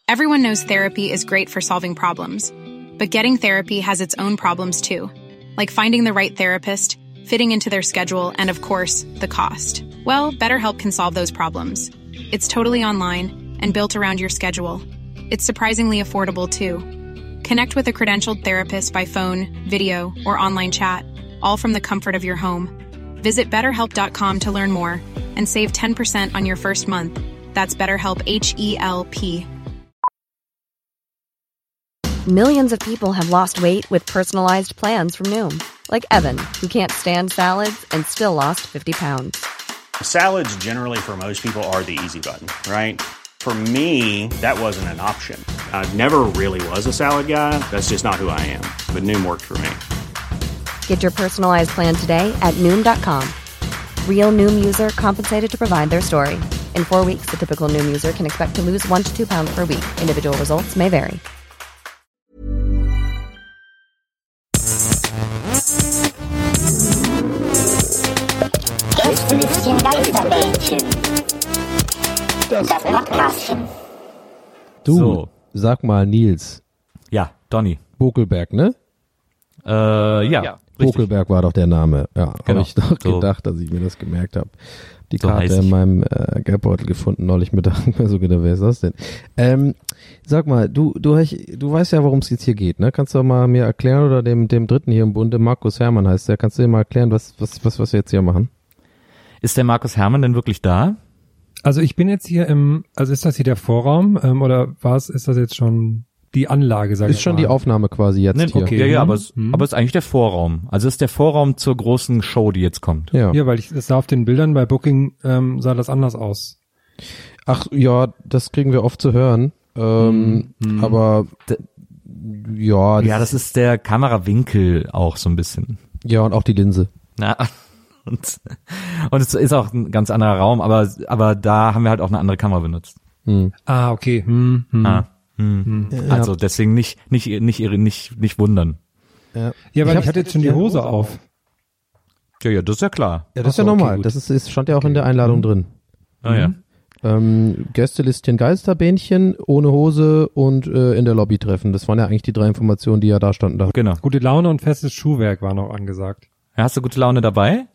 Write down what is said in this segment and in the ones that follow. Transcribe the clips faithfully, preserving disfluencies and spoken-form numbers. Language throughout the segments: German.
Everyone knows therapy is great for solving problems, but getting therapy has its own problems too, like finding the right therapist, fitting into their schedule, and of course, the cost. Well, BetterHelp can solve those problems. It's totally online and built around your schedule. It's surprisingly affordable too. Connect with a credentialed therapist by phone, video, or online chat, all from the comfort of your home. Visit better help dot com to learn more and save ten percent on your first month. That's BetterHelp, H E L P. Millions of people have lost weight with personalized plans from Noom. Like Evan, who can't stand salads and still lost fifty pounds. Salads generally for most people are the easy button, right? For me, that wasn't an option. I never really was a salad guy. That's just not who I am. But Noom worked for me. Get your personalized plan today at Noom dot com. Real Noom user compensated to provide their story. In four weeks, the typical Noom user can expect to lose one to two pounds per week. Individual results may vary. Gästelistchen Geisterbällchen. Das Podcastchen. Du, So. sag mal, Nils. Ja, Donny. Bokelberg, ne? Äh, ja, ja richtig. Bokelberg war doch der Name. Ja, Genau. habe ich doch So. gedacht, dass ich mir das gemerkt habe. Die So heiß Karte in ich. meinem äh, Geldbeutel gefunden neulich Mittag. So gedacht, wer ist das denn? Ähm, sag mal, du du hast, du weißt ja, worum es jetzt hier geht, ne? Kannst du mal mir erklären, oder dem dem Dritten hier im Bunde, Markus Herrmann heißt der, kannst du dir mal erklären, was was was was wir jetzt hier machen? Ist der Markus Herrmann denn wirklich da? Also ich bin jetzt hier im, also ist das hier der Vorraum ähm, oder was, ist das jetzt schon die Anlage, sag ich Ist schon mal? die Aufnahme quasi jetzt Nee, hier. okay. Ja, ja, aber Hm, es, hm. aber es ist eigentlich der Vorraum. Also es ist der Vorraum zur großen Show, die jetzt kommt. Ja. Ja, weil ich, das sah auf den Bildern bei Booking, ähm, sah das anders aus. Ach ja, das kriegen wir oft zu hören. Ähm, Hm, hm. aber D- ja, Ja, das ist der Kamerawinkel auch so ein bisschen. ja, und auch die Linse. Na, und, und es ist auch ein ganz anderer Raum, aber, aber da haben wir halt auch eine andere Kamera benutzt. Hm. Ah, okay. Hm, hm. Ah, hm. Also deswegen nicht, nicht, nicht, nicht, nicht, nicht wundern. Ja. Ja, weil ich, hab's hatte jetzt schon die Hose auf. Ja, ja, das ist ja klar. Ja, das ist Ach ja so, okay, normal. gut. Das ist, ist stand ja auch in der Einladung drin. Ah, ja. Ähm, Gästelistchen Geisterbähnchen, ohne Hose und äh, in der Lobby treffen. Das waren ja eigentlich die drei Informationen, die ja da standen. Da. Genau. Gute Laune und festes Schuhwerk war noch angesagt. Ja, hast du gute Laune dabei?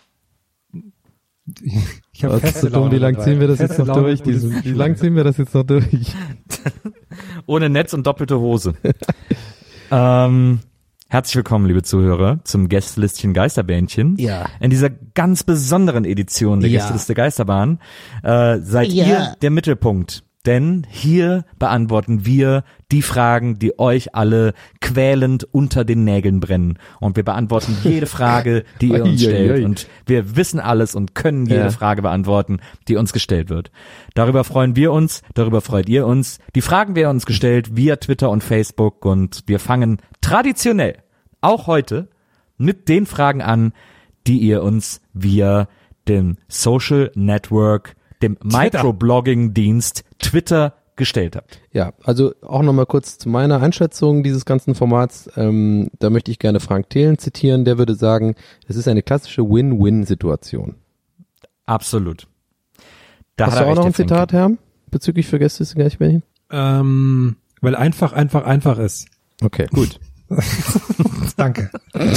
Ich hab Das ist feste so dumm, Laune wie lang dabei. ziehen wir das Feste jetzt noch Laune, durch? gutes Diesen, wie Schuhwerk. lang ziehen wir das jetzt noch durch? Ohne Netz und doppelte Hose. ähm, herzlich willkommen, liebe Zuhörer, zum Gästelistchen Geisterbähnchen. Ja. In dieser ganz besonderen Edition der Ja. Gästeliste Geisterbahn äh, seid Ja. ihr der Mittelpunkt. Denn hier beantworten wir die Fragen, die euch alle quälend unter den Nägeln brennen. Und wir beantworten jede Frage, die ihr uns Ui, ui, stellt. ui. Und wir wissen alles und können jede Ja. Frage beantworten, die uns gestellt wird. Darüber freuen wir uns, darüber freut ihr uns. Die Fragen werden uns gestellt via Twitter und Facebook. Und wir fangen traditionell, auch heute, mit den Fragen an, die ihr uns via dem Social Network, dem Microblogging-Dienst Twitter gestellt habt. Ja, also auch nochmal kurz zu meiner Einschätzung dieses ganzen Formats. Ähm, da möchte ich gerne Frank Thelen zitieren. Der würde sagen, es ist eine klassische Win-Win-Situation. Absolut. Da Hast hat du er auch recht, noch ein der Finke. Zitat, Herr? Bezüglich für Gäste ist gleich Bärchen? Ähm, weil einfach, einfach, einfach ist. Okay, gut. Danke.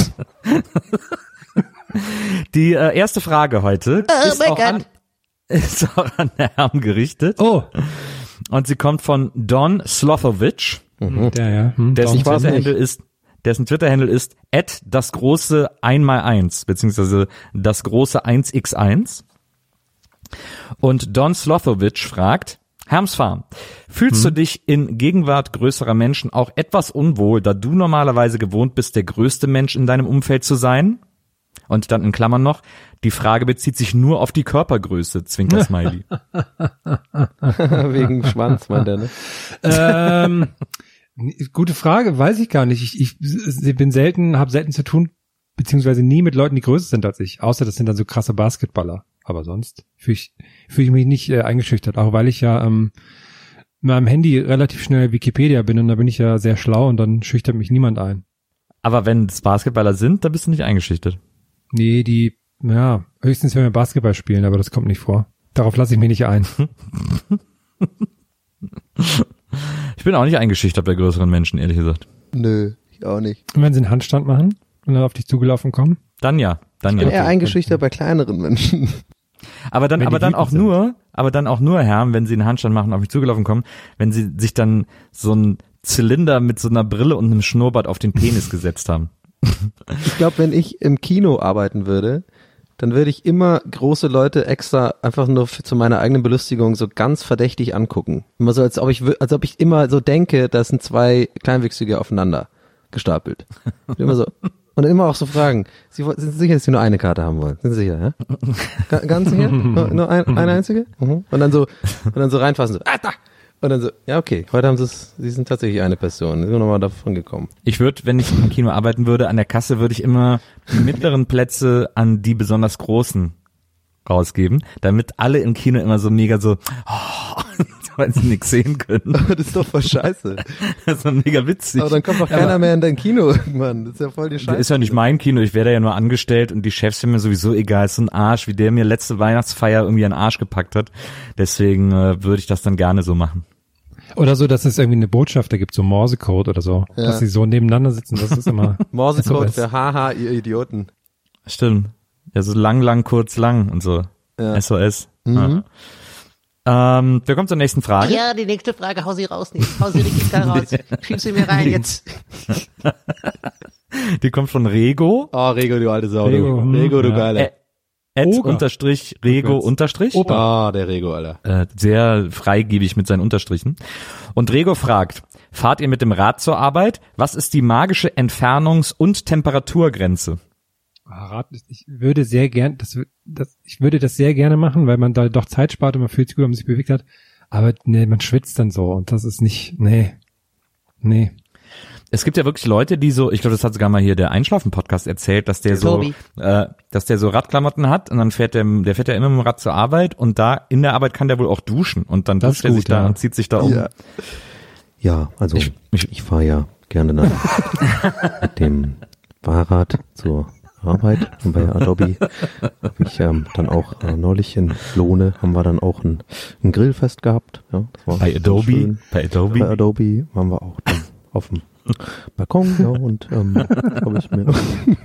Die äh, erste Frage heute Oh ist, auch an, ist auch an Herrn gerichtet. Oh, Und sie kommt von Don Slothovich. der ja. Hm, Dessen Ich war's Twitter-Handle ist, dessen Twitter-Handle ist at das große eins mal eins, beziehungsweise das große eins mal eins. Und Don Slothovich fragt, Hermsfarm, fühlst du dich in Gegenwart größerer Menschen auch etwas unwohl, da du normalerweise gewohnt bist, der größte Mensch in deinem Umfeld zu sein? Und dann in Klammern noch, die Frage bezieht sich nur auf die Körpergröße, Zwinker-Smiley. Wegen Schwanz, meint er, ne? ähm, gute Frage, weiß ich gar nicht. Ich, ich, ich bin selten, habe selten zu tun, beziehungsweise nie mit Leuten, die größer sind als ich. Außer das sind dann so krasse Basketballer. Aber sonst fühle ich, fühl ich mich nicht äh, eingeschüchtert. Auch weil ich ja ähm, mit meinem Handy relativ schnell Wikipedia bin und da bin ich ja sehr schlau und dann schüchtert mich niemand ein. Aber wenn es Basketballer sind, dann bist du nicht eingeschüchtert. Nee, die, ja, höchstens wenn wir Basketball spielen, aber das kommt nicht vor. Darauf lasse ich mich nicht ein. Ich Ich bin auch nicht eingeschüchtert bei größeren Menschen, ehrlich gesagt. Nö, ich auch nicht. Und wenn sie einen Handstand machen und dann auf dich zugelaufen kommen? Dann ja, dann Ich bin ja. eher eingeschüchtert bei kleineren Menschen. Aber dann, Wenn die aber dann wütend auch sind. nur, aber dann auch nur, Herr, wenn sie einen Handstand machen, auf mich zugelaufen kommen, wenn sie sich dann so einen Zylinder mit so einer Brille und einem Schnurrbart auf den Penis gesetzt haben. Ich glaube, wenn ich im Kino arbeiten würde, dann würde ich immer große Leute extra einfach nur für, zu meiner eigenen Belustigung so ganz verdächtig angucken. Immer so, als ob ich, wür- als ob ich immer so denke, das sind zwei Kleinwüchsige aufeinander gestapelt. Und immer so. Und dann immer auch so fragen, Sie woll- sind Sie sicher, dass Sie nur eine Karte haben wollen? Sind Sie sicher, ja? Ga- Ganz sicher? Nur, nur ein, eine einzige? Mhm. Und dann so, und dann so reinfassen, so, ah, da! Und dann so, ja, okay, heute haben Sie es, Sie sind tatsächlich eine Person. Sie sind nochmal davon gekommen. Ich würde, wenn ich im Kino arbeiten würde, an der Kasse würde ich immer die mittleren Plätze an die besonders großen rausgeben, damit alle im Kino immer so mega so, oh, weil sie nichts sehen können. Aber das ist doch voll scheiße. Das ist doch mega witzig. Aber dann kommt doch keiner mehr in dein Kino irgendwann. Das ist ja voll die Scheiße. Ist ja nicht mein Kino, ich wäre da ja nur angestellt und die Chefs sind mir sowieso egal, ist so ein Arsch, wie der mir letzte Weihnachtsfeier irgendwie einen Arsch gepackt hat. Deswegen äh, würde ich das dann gerne so machen. Oder so, dass es irgendwie eine Botschaft da gibt, so Morsecode oder so. Ja. Dass sie so nebeneinander sitzen, das ist immer... Morsecode S O S. für haha, ihr Idioten. Stimmt. Ja, so lang, lang, kurz, lang und so. Ja. S O S. Mhm. Ja. Ähm, wir kommen zur nächsten Frage. Ja, die nächste Frage, hau sie raus, nicht. Hau sie richtig da raus. Schieb sie mir rein jetzt. Die kommt von Rego. Oh, Rego, du alte Sau. Rego, du. hm, Rego, du ja. Geiler. Ä- Ed Oger. unterstrich Rego Rückwärts. unterstrich. Ah, der Rego, Alter. Äh, sehr freigebig mit seinen Unterstrichen. Und Rego fragt, fahrt ihr mit dem Rad zur Arbeit? Was ist die magische Entfernungs- und Temperaturgrenze? Ah, Rat ist- Ich würde sehr gern, das, das, ich würde das sehr gerne machen, weil man da doch Zeit spart und man fühlt sich gut, wenn man sich bewegt hat. Aber nee, man schwitzt dann so und das ist nicht, nee, nee. Es gibt ja wirklich Leute, die so, ich glaube, das hat sogar mal hier der Einschlafen-Podcast erzählt, dass der so, Tobi. äh, dass der so Radklamotten hat und dann fährt der, der fährt ja immer mit dem Rad zur Arbeit und da in der Arbeit kann der wohl auch duschen und dann Das duscht ist er gut, sich da ja. und zieht sich da um. Ja. Ja, also Ich- ich, ich- ich fahre ja gerne dann mit dem Fahrrad zur Arbeit. Und bei Adobe habe ich ähm, dann auch äh, neulich in Lohne haben wir dann auch ein, ein Grillfest gehabt. Ja, das war Bei sehr Adobe, schön. bei Adobe. Bei Adobe waren wir auch dann auf dem Balkon, ja, und ähm, habe ich mir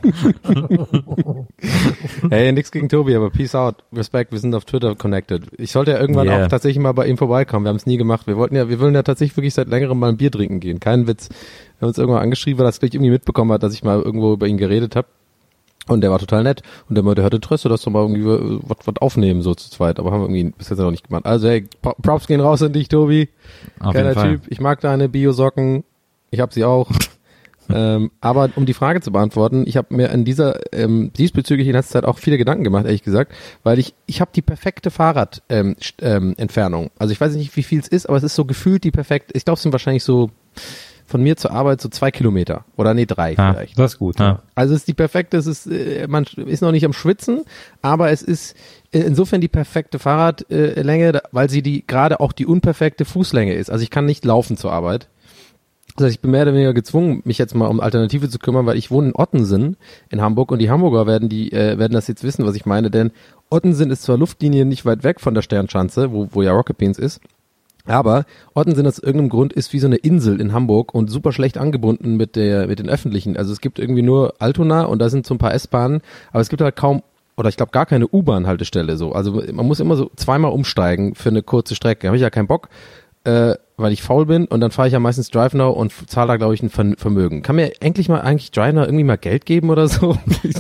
Hey, nix gegen Tobi, aber peace out, Respekt, wir sind auf Twitter connected. Ich sollte ja irgendwann Yeah. auch tatsächlich mal bei ihm vorbeikommen, wir haben es nie gemacht. Wir wollten ja, wir wollen ja tatsächlich wirklich seit längerem mal ein Bier trinken gehen, kein Witz. Wir haben uns irgendwann angeschrieben, weil er das gleich irgendwie mitbekommen hat, dass ich mal irgendwo über ihn geredet habe. Und der war total nett. Und der meinte, der hatte Interesse, dass wir mal irgendwie äh, was was aufnehmen, so zu zweit. Aber haben wir irgendwie bis jetzt noch nicht gemacht. Also hey, Pro- Props gehen raus an dich, Tobi. Auf Geiler jeden Fall. Typ. Ich mag deine Bio-Socken. Ich habe sie auch. ähm, aber um die Frage zu beantworten, ich habe mir in dieser ähm, diesbezüglich in letzter Zeit auch viele Gedanken gemacht, ehrlich gesagt, weil ich ich habe die perfekte Fahrrad ähm, st- ähm, Entfernung. Also ich weiß nicht, wie viel es ist, aber es ist so gefühlt die perfekte. Ich glaube, es sind wahrscheinlich so von mir zur Arbeit so zwei Kilometer oder nee drei Ja. vielleicht. Das ist gut. Ja. Also es ist die perfekte, es ist, äh, man ist noch nicht am Schwitzen, aber es ist äh, insofern die perfekte Fahrradlänge, äh, weil sie die gerade auch die unperfekte Fußlänge ist. Also ich kann nicht laufen zur Arbeit. Das heißt, ich bin mehr oder weniger gezwungen, mich jetzt mal um Alternative zu kümmern, weil ich wohne in Ottensen in Hamburg und die Hamburger werden die äh, werden das jetzt wissen, was ich meine, denn Ottensen ist zwar Luftlinie nicht weit weg von der Sternschanze, wo, wo ja Rocket Beans ist, aber Ottensen aus irgendeinem Grund ist wie so eine Insel in Hamburg und super schlecht angebunden mit der mit den Öffentlichen. Also es gibt irgendwie nur Altona und da sind so ein paar S-Bahnen, aber es gibt halt kaum oder ich glaube gar keine U-Bahn-Haltestelle so. Also man muss immer so zweimal umsteigen für eine kurze Strecke. Habe ich ja keinen Bock, äh, weil ich faul bin und dann fahre ich ja meistens DriveNow und zahle da glaube ich ein Ver- Vermögen. Kann mir endlich mal eigentlich DriveNow irgendwie mal Geld geben oder so?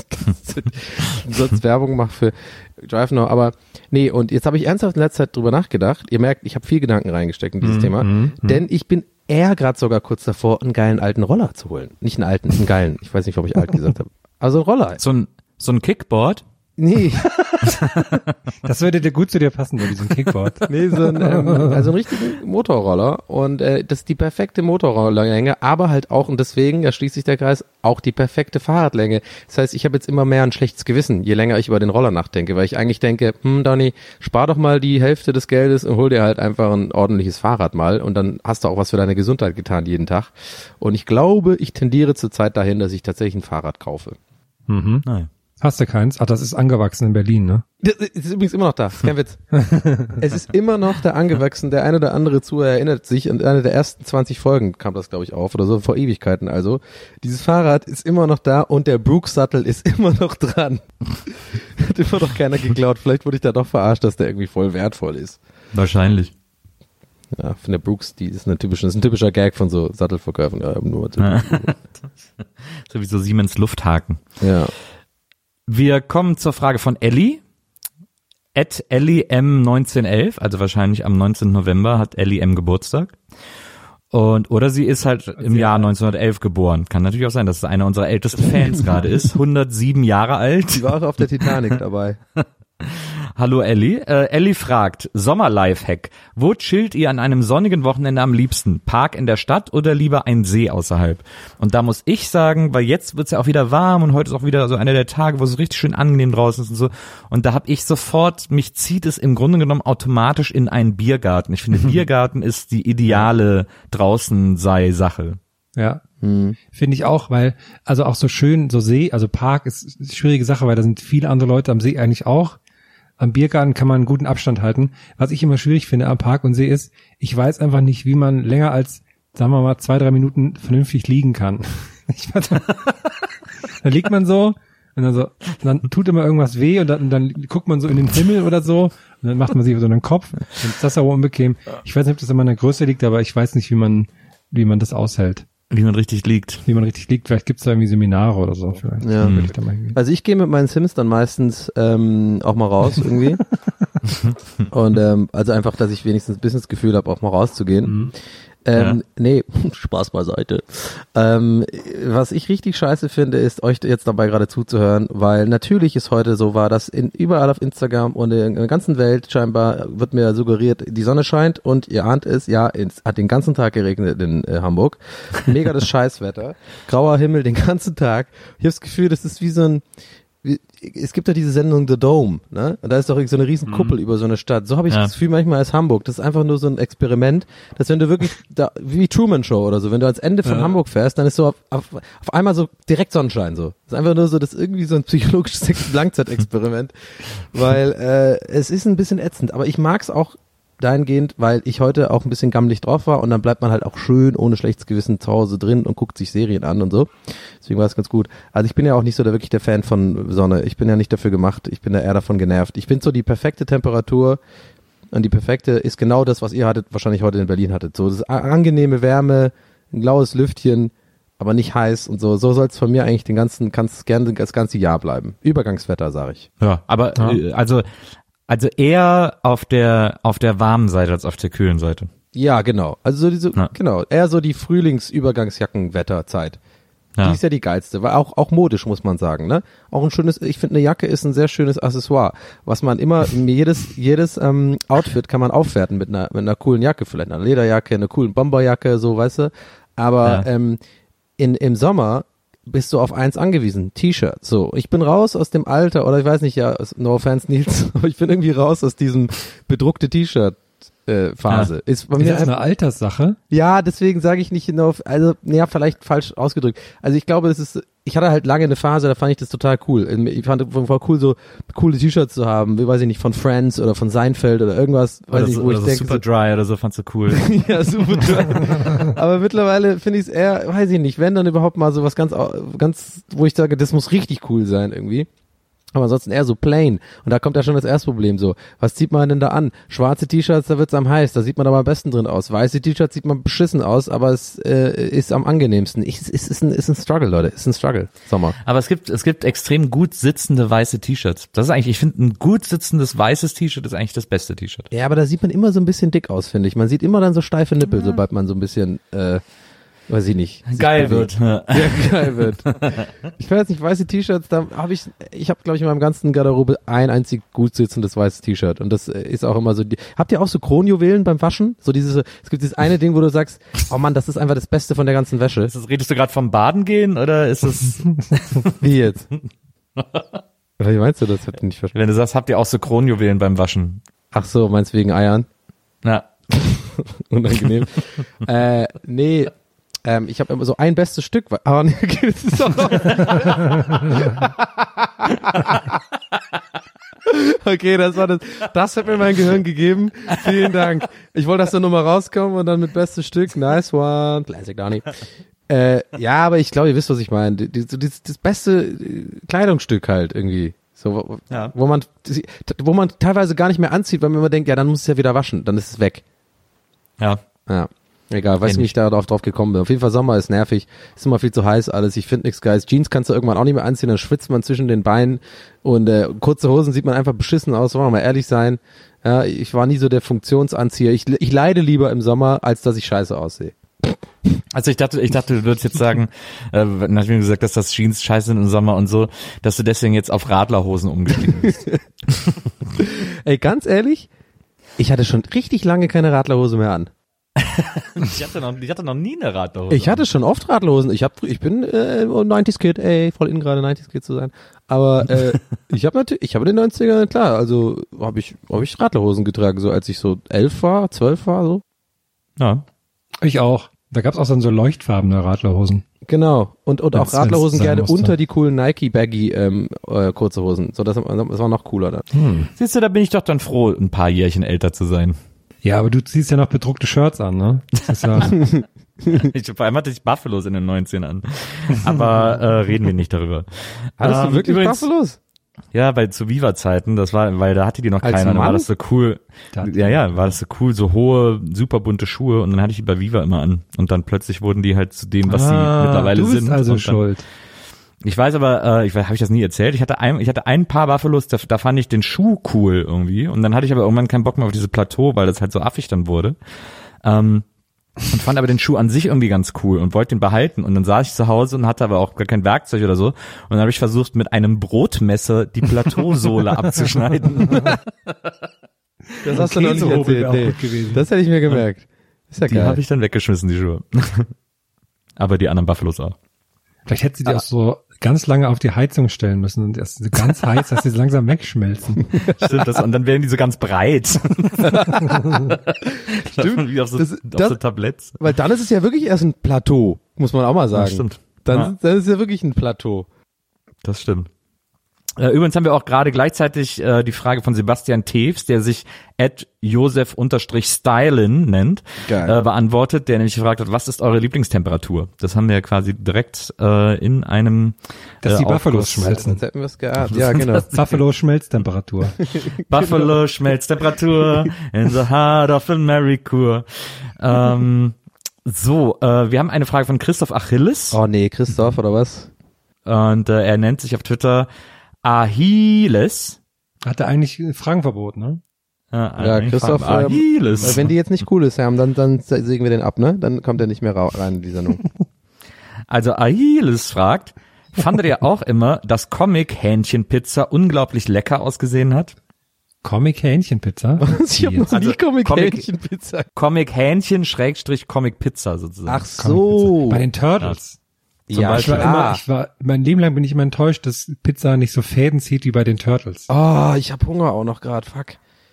Sonst Werbung mache für DriveNow, aber nee, und jetzt habe ich ernsthaft in letzter Zeit drüber nachgedacht. Ihr merkt, ich habe viel Gedanken reingesteckt in dieses Mhm, Thema, mhm, denn ich bin eher gerade sogar kurz davor, einen geilen alten Roller zu holen. Nicht einen alten, einen geilen. Ich weiß nicht, ob ich alt gesagt habe. Also ein Roller. So ein, so ein Kickboard. Nee, Das würde dir gut zu dir passen, bei diesem Kickboard. nee, so ein, ähm, also einen richtigen Motorroller und äh, das ist die perfekte Motorrollerlänge, aber halt auch, und deswegen, da schließt sich der Kreis, auch die perfekte Fahrradlänge. Das heißt, ich habe jetzt immer mehr ein schlechtes Gewissen, je länger ich über den Roller nachdenke, weil ich eigentlich denke, hm, Donny, spar doch mal die Hälfte des Geldes und hol dir halt einfach ein ordentliches Fahrrad mal und dann hast du auch was für deine Gesundheit getan jeden Tag. Und ich glaube, ich tendiere zurzeit dahin, dass ich tatsächlich ein Fahrrad kaufe. Mhm. Nein. Hast du keins? Ach, das ist angewachsen in Berlin, ne? Das ist übrigens immer noch da, ist kein Witz. Es ist immer noch da angewachsen, der eine oder andere Zuhörer erinnert sich, und eine der ersten zwanzig Folgen kam das, glaube ich, auf, oder so, vor Ewigkeiten also. Dieses Fahrrad ist immer noch da und der Brooks-Sattel ist immer noch dran. Hat immer noch keiner geklaut, vielleicht wurde ich da doch verarscht, dass der irgendwie voll wertvoll ist. Wahrscheinlich. Ja, von der Brooks, die ist eine typische, das ist ein typischer Gag von so Sattelverkäufern. Ja, nur so wie so Siemens Lufthaken. Ja. Wir kommen zur Frage von Ellie. At Ellie M neunzehnhundertelf, also wahrscheinlich am neunzehnten November hat Ellie M Geburtstag. Und, oder sie ist halt im Jahr neunzehnhundertelf geboren. Kann natürlich auch sein, dass es einer unserer ältesten Fans gerade ist. hundertsieben Jahre alt. Die war auch auf der Titanic dabei. Hallo Ellie. Äh, Ellie fragt, Sommer-Lifehack. Wo chillt ihr an einem sonnigen Wochenende am liebsten? Park in der Stadt oder lieber ein See außerhalb? Und da muss ich sagen, weil jetzt wird's ja auch wieder warm und heute ist auch wieder so einer der Tage, wo es richtig schön angenehm draußen ist und so. Und da habe ich sofort, mich zieht es im Grunde genommen automatisch in einen Biergarten. Ich finde, Biergarten ist die ideale draußen sei Sache. Ja. Hm. Finde ich auch, weil, also auch so schön, so See, also Park ist eine schwierige Sache, weil da sind viele andere Leute am See eigentlich auch. Am Biergarten kann man einen guten Abstand halten. Was ich immer schwierig finde am Park und See ist, ich weiß einfach nicht, wie man länger als, sagen wir mal, zwei, drei Minuten vernünftig liegen kann. Ich weiß, dann liegt man so und dann so, und dann tut immer irgendwas weh und dann, und dann guckt man so in den Himmel oder so und dann macht man sich so einen Kopf und das ist aber unbequem. Ich weiß nicht, ob das immer in der Größe liegt, aber ich weiß nicht, wie man, wie man das aushält. Wie man richtig liegt. Wie man richtig liegt. Vielleicht gibt's da irgendwie Seminare oder so. Vielleicht. Ja. Würde ich da mal hingehen. Also ich gehe mit meinen Sims dann meistens ähm, auch mal raus irgendwie. Und ähm, also einfach, dass ich wenigstens ein bisschen das Gefühl habe, auch mal rauszugehen. Mhm. Ähm, ja. Nee, Spaß beiseite. Ähm, was ich richtig scheiße finde, ist, euch jetzt dabei gerade zuzuhören, weil natürlich es heute so war, dass in, überall auf Instagram und in der ganzen Welt scheinbar wird mir suggeriert, die Sonne scheint und ihr ahnt es, ja, es hat den ganzen Tag geregnet in äh, Hamburg. Mega das Scheißwetter. Grauer Himmel den ganzen Tag. Ich habe das Gefühl, das ist wie so ein es gibt ja diese Sendung The Dome, ne? Und da ist doch so eine riesen Kuppel mhm. über so eine Stadt. So habe ich ja. das Gefühl manchmal als Hamburg. Das ist einfach nur so ein Experiment, dass wenn du wirklich da, wie Truman Show oder so, wenn du ans Ende von ja. Hamburg fährst, dann ist so auf, auf, auf einmal so direkt Sonnenschein so. Das ist einfach nur so, das ist irgendwie so ein psychologisches Langzeitexperiment, weil äh, es ist ein bisschen ätzend. Aber ich mag's auch dahingehend, weil ich heute auch ein bisschen gammelig drauf war und dann bleibt man halt auch schön ohne schlechtes Gewissen zu Hause drin und guckt sich Serien an und so. Deswegen war es ganz gut. Also ich bin ja auch nicht so der wirklich der Fan von Sonne. Ich bin ja nicht dafür gemacht. Ich bin da eher davon genervt. Ich finde so die perfekte Temperatur und die perfekte ist genau das, was ihr hattet, wahrscheinlich heute in Berlin hattet. So das angenehme Wärme, ein blaues Lüftchen, aber nicht heiß und so. So soll es von mir eigentlich den ganzen, kann es gerne das ganze Jahr bleiben. Übergangswetter, sage ich. Ja, aber ja. also Also eher auf der auf der warmen Seite als auf der kühlen Seite. Ja, genau. Also so diese, ja. genau, eher so die Frühlingsübergangsjackenwetterzeit. Ja. Die ist ja die geilste, weil auch auch modisch muss man sagen, ne? Auch ein schönes, ich finde eine Jacke ist ein sehr schönes Accessoire, was man immer jedes jedes ähm, Outfit kann man aufwerten mit einer mit einer coolen Jacke, vielleicht einer Lederjacke, einer coolen Bomberjacke, so, weißt du. Aber ja. ähm, in im Sommer bist du auf eins angewiesen, T-Shirt. So, ich bin raus aus dem Alter, oder ich weiß nicht, ja, no offense Nils, aber ich bin irgendwie raus aus diesem bedruckte T-Shirt äh, Phase. Ja. Ist, bei ist mir das eine Alterssache? Ja, deswegen sage ich nicht genau, also, ja, vielleicht falsch ausgedrückt. Also ich glaube, es ist, ich hatte halt lange eine Phase, da fand ich das total cool. Ich fand es voll cool, so coole T-Shirts zu haben, wie weiß ich nicht, von Friends oder von Seinfeld oder irgendwas, weiß oder nicht, so, wo oder ich so denke. Super Dry oder so, fandst du cool. Ja, Super Dry. Aber mittlerweile finde ich es eher, weiß ich nicht, wenn dann überhaupt mal so was ganz, ganz, wo ich sage, das muss richtig cool sein irgendwie. Aber ansonsten eher so plain. Und da kommt ja schon das erste Problem so. Was zieht man denn da an? Schwarze T-Shirts, da wird's am heiß, da sieht man aber am besten drin aus. Weiße T-Shirts sieht man beschissen aus, aber es äh, ist am angenehmsten. Ich, es ist ein, ist ein Struggle, Leute. Es ist ein Struggle. Sommer. Aber es gibt, es gibt extrem gut sitzende weiße T-Shirts. Das ist eigentlich, ich finde, ein gut sitzendes weißes T-Shirt ist eigentlich das beste T-Shirt. Ja, aber da sieht man immer so ein bisschen dick aus, finde ich. Man sieht immer dann so steife Nippel, ja. sobald man so ein bisschen, äh, weiß ich nicht. Geil wird. Ja, geil wird. Ich weiß nicht, weiße T-Shirts, da habe ich, ich habe glaube ich in meinem ganzen Garderobe ein einzig gut sitzendes weißes T-Shirt und das ist auch immer so, die, habt ihr auch so Kronjuwelen beim Waschen? So dieses, es gibt dieses eine Ding, wo du sagst, oh Mann, das ist einfach das Beste von der ganzen Wäsche. Ist das, redest du gerade vom Baden gehen oder ist das? Wie jetzt? Wie meinst du das? Hab ich nicht verstanden. Wenn du sagst, habt ihr auch so Kronjuwelen beim Waschen? Ach so, meinst wegen Eiern? Ja. Unangenehm. äh, nee, Ähm, ich habe immer so ein bestes Stück. weil- Aber nee, okay, das ist doch Okay, das war das. Das hat mir mein Gehirn gegeben. Vielen Dank. Ich wollte, dass da nur mal rauskommen und dann mit bestes Stück. Nice one. Classic Donny. Äh, ja, aber ich glaube, ihr wisst, was ich meine. Die- die- Das, das beste äh, Kleidungsstück halt irgendwie. So, wo, Ja. wo man, wo man teilweise gar nicht mehr anzieht, weil man immer denkt, ja, dann muss es ja wieder waschen, dann ist es weg. Ja. Ja. Egal, weiß Kenn nicht, wie ich. ich darauf drauf gekommen bin. Auf jeden Fall Sommer ist nervig, ist immer viel zu heiß alles, ich finde nichts Geiles. Jeans kannst du irgendwann auch nicht mehr anziehen, dann schwitzt man zwischen den Beinen und äh, kurze Hosen sieht man einfach beschissen aus, wollen wir mal ehrlich sein. Ja, ich war nie so der Funktionsanzieher. Ich, ich leide lieber im Sommer, als dass ich scheiße aussehe. Also ich dachte, ich dachte, du würdest jetzt sagen, äh, nachdem du gesagt hast, dass Jeans scheiße sind im Sommer und so, dass du deswegen jetzt auf Radlerhosen umgestiegen bist. Ey, ganz ehrlich, ich hatte schon richtig lange keine Radlerhose mehr an. ich, hatte noch, ich hatte noch nie eine Radlerhose. Ich hatte schon oft Radlerhosen. Ich hab, ich bin äh, neunziger Kid, ey, voll in gerade neunziger Kid zu sein. Aber äh, ich habe natürlich, ich habe in den neunzigern, klar, also habe ich, habe ich Radlerhosen getragen, so als ich so elf war, zwölf war, so. Ja. Ich auch. Da gab's auch dann so leuchtfarbene Radlerhosen. Genau. Und und auch Wenn's- Radlerhosen wenn's sein gerne musste. unter die coolen Nike Baggy ähm, äh, kurze Hosen. So, das, das war noch cooler dann. Siehst du, da bin ich doch dann froh, ein paar Jährchen älter zu sein. Ja, aber du ziehst ja noch bedruckte Shirts an, ne? Das ist ja, Ich, vor allem hatte ich Buffalos in den neunzehn an. Aber äh, reden wir nicht darüber. Hattest Ähm, du wirklich übrigens- Buffalos? Ja, weil zu Viva-Zeiten, das war, weil da hatte die noch Als keiner, dann war Mann? das so cool. Da hat- Ja, ja, war das so cool, so hohe, super bunte Schuhe und dann hatte ich die bei Viva immer an. Und dann plötzlich wurden die halt zu dem, was sie Ah, mittlerweile du bist sind. also und dann, schuld. Ich weiß aber, äh, ich habe ich das nie erzählt. Ich hatte ein, ich hatte ein paar Buffalos, da, da fand ich den Schuh cool irgendwie. Und dann hatte ich aber irgendwann keinen Bock mehr auf dieses Plateau, weil das halt so affig dann wurde. Ähm, und fand aber den Schuh an sich irgendwie ganz cool und wollte den behalten. Und dann saß ich zu Hause und hatte aber auch gar kein Werkzeug oder so. Und dann habe ich versucht, mit einem Brotmesser die Plateausohle abzuschneiden. Das hast du noch nicht Käsehobel erzählt. wäre auch Nee. gut gewesen. Das hätte ich mir gemerkt. Ist ja Die habe geil. ich dann weggeschmissen, die Schuhe. Aber die anderen Buffalos auch. Vielleicht hätte sie die auch so ganz lange auf die Heizung stellen müssen und erst so ganz heiß, dass sie so langsam wegschmelzen. Stimmt, das, und dann werden die so ganz breit. Stimmt. Wie auf so, Das- auf das- so Tabletts. Weil dann ist es ja wirklich erst ein Plateau, muss man auch mal sagen. Ja, stimmt. Dann, Ja. dann ist es ja wirklich ein Plateau. Das stimmt. Äh, Übrigens haben wir auch gerade gleichzeitig äh, die Frage von Sebastian Tews, der sich at Josef-Stylin nennt, Geil. äh, beantwortet, der nämlich gefragt hat, was ist eure Lieblingstemperatur? Das haben wir quasi direkt äh, in einem Dass äh, die Buffalos Aufguss- schmelzen. Sonst hätten wir es geahnt. Ja, genau. Buffalo Schmelztemperatur. Buffalo Schmelztemperatur in the heart of America. Ähm, so, äh, wir haben eine Frage von Christoph Achilles. Oh nee, Christoph, oder was? Und äh, er nennt sich auf Twitter Achilles. Hatte eigentlich Fragenverbot, ne? Äh, Ja, Christoph, ähm, Achilles. Weil wenn die jetzt nicht cool ist, Sam, dann, dann sägen wir den ab, ne? Dann kommt er nicht mehr ra- rein in die Sendung. Also Achilles fragt, fandet ihr auch immer, dass Comic-Hähnchenpizza unglaublich lecker ausgesehen hat? Comic-Hähnchenpizza? Ich hab noch Also, nie Comic Comic- Hähnchenpizza. Comic-Hähnchen Schrägstrich Comic-Pizza sozusagen. Ach so. Bei den Turtles. Ja, ich war klar. immer, ich war, mein Leben lang bin ich immer enttäuscht, dass Pizza nicht so Fäden zieht wie bei den Turtles. Oh, ich hab Hunger auch noch gerade, fuck.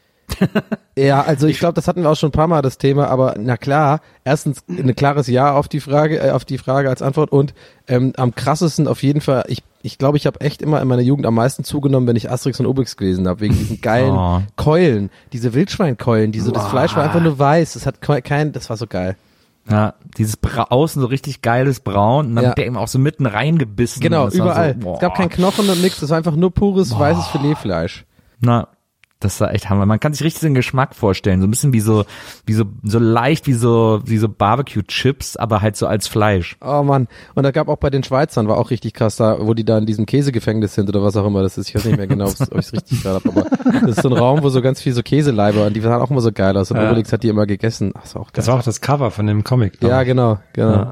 Ja, also ich glaube, das hatten wir auch schon ein paar Mal das Thema, aber na klar, erstens ein klares Ja auf die Frage, äh, auf die Frage als Antwort und ähm, am krassesten auf jeden Fall, ich ich glaube, ich habe echt immer in meiner Jugend am meisten zugenommen, wenn ich Asterix und Obelix gelesen habe, wegen diesen geilen Oh. Keulen, diese Wildschweinkeulen, die so, das Fleisch war einfach nur weiß, das hat ke- kein, das war so geil. Ja, dieses Bra außen so richtig geiles Braun und dann Ja. wird der eben auch so mitten reingebissen. Genau, Und das war überall. So, boah. Es gab keinen Knochen und nix, das war einfach nur pures weißes Filetfleisch. Na, das war echt Hammer. Man kann sich richtig den Geschmack vorstellen, so ein bisschen wie so, wie so, so leicht wie so, wie so Barbecue-Chips, aber halt so als Fleisch. Oh Mann, und da gab auch bei den Schweizern, war auch richtig krass da, wo die da in diesem Käsegefängnis sind oder was auch immer das ist, ich weiß nicht mehr genau, ob ich es richtig gerade habe, aber das ist so ein Raum, wo so ganz viel so Käseleiber und die sahen auch immer so geil aus und Ja. Obelix hat die immer gegessen. Ach, ist auch geil. Das war auch das Cover von dem Comic. glaub Ja, ich. genau, genau. Ja.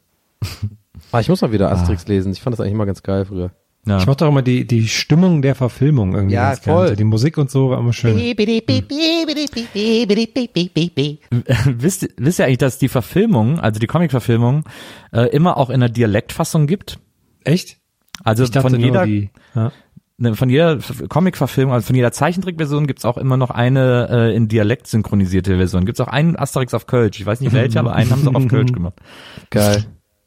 Ah, ich muss mal wieder Asterix lesen, ich fand das eigentlich immer ganz geil früher. Ja. Ich mochte auch immer die, die Stimmung der Verfilmung irgendwie Ja, ganz gerne. voll. Die Musik und so war immer schön. wisst, wisst ihr eigentlich, dass die Verfilmung, also die Comic-Verfilmung, äh, immer auch in einer Dialektfassung gibt? Echt? Also Ich dachte von jeder, nur die, ja. ne, von jeder F- Comic-Verfilmung, also von jeder Zeichentrickversion gibt's auch immer noch eine äh, in Dialekt synchronisierte Version. Gibt's auch einen Asterix auf Kölsch. Ich weiß nicht welche, aber einen haben sie auch auf Kölsch gemacht. Geil.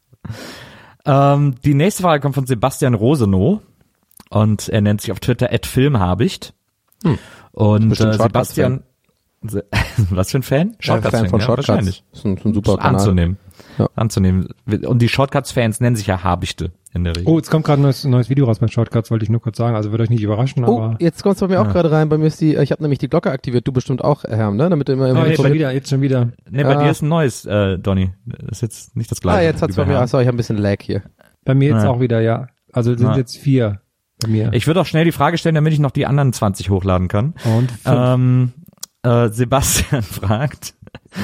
Ähm, die nächste Frage kommt von Sebastian Rosenow und er nennt sich auf Twitter at filmhabicht. Hm. Und Bestimmt äh, Sebastian, Se- was für ein Fan? Fan von ja, Shortcuts. wahrscheinlich. Das ist ein, ein super Ist Kanal. anzunehmen. Ja. Anzunehmen. Und die Shortcuts-Fans nennen sich ja Habichte in der Regel. Oh, jetzt kommt gerade ein neues, neues Video raus bei Shortcuts, wollte ich nur kurz sagen. Also wird euch nicht überraschen, Oh, aber... jetzt kommt's bei mir auch Ja. gerade rein. Bei mir ist die, ich habe nämlich die Glocke aktiviert. Du bestimmt auch, Herm, ne? Damit du immer, immer Oh, jetzt schon informiert- wieder, jetzt schon wieder. Nee, bei Ah. dir ist ein neues, äh, Donny. Das ist jetzt nicht das gleiche. Ah, jetzt hat's wie bei bei mir, Herrn. achso, ich habe ein bisschen Lag hier. Bei mir jetzt Ja. auch wieder, ja. Also sind Ja. jetzt vier bei mir. Ich würde auch schnell die Frage stellen, damit ich noch die anderen zwanzig hochladen kann. Und fünf. Ähm, äh, Sebastian fragt,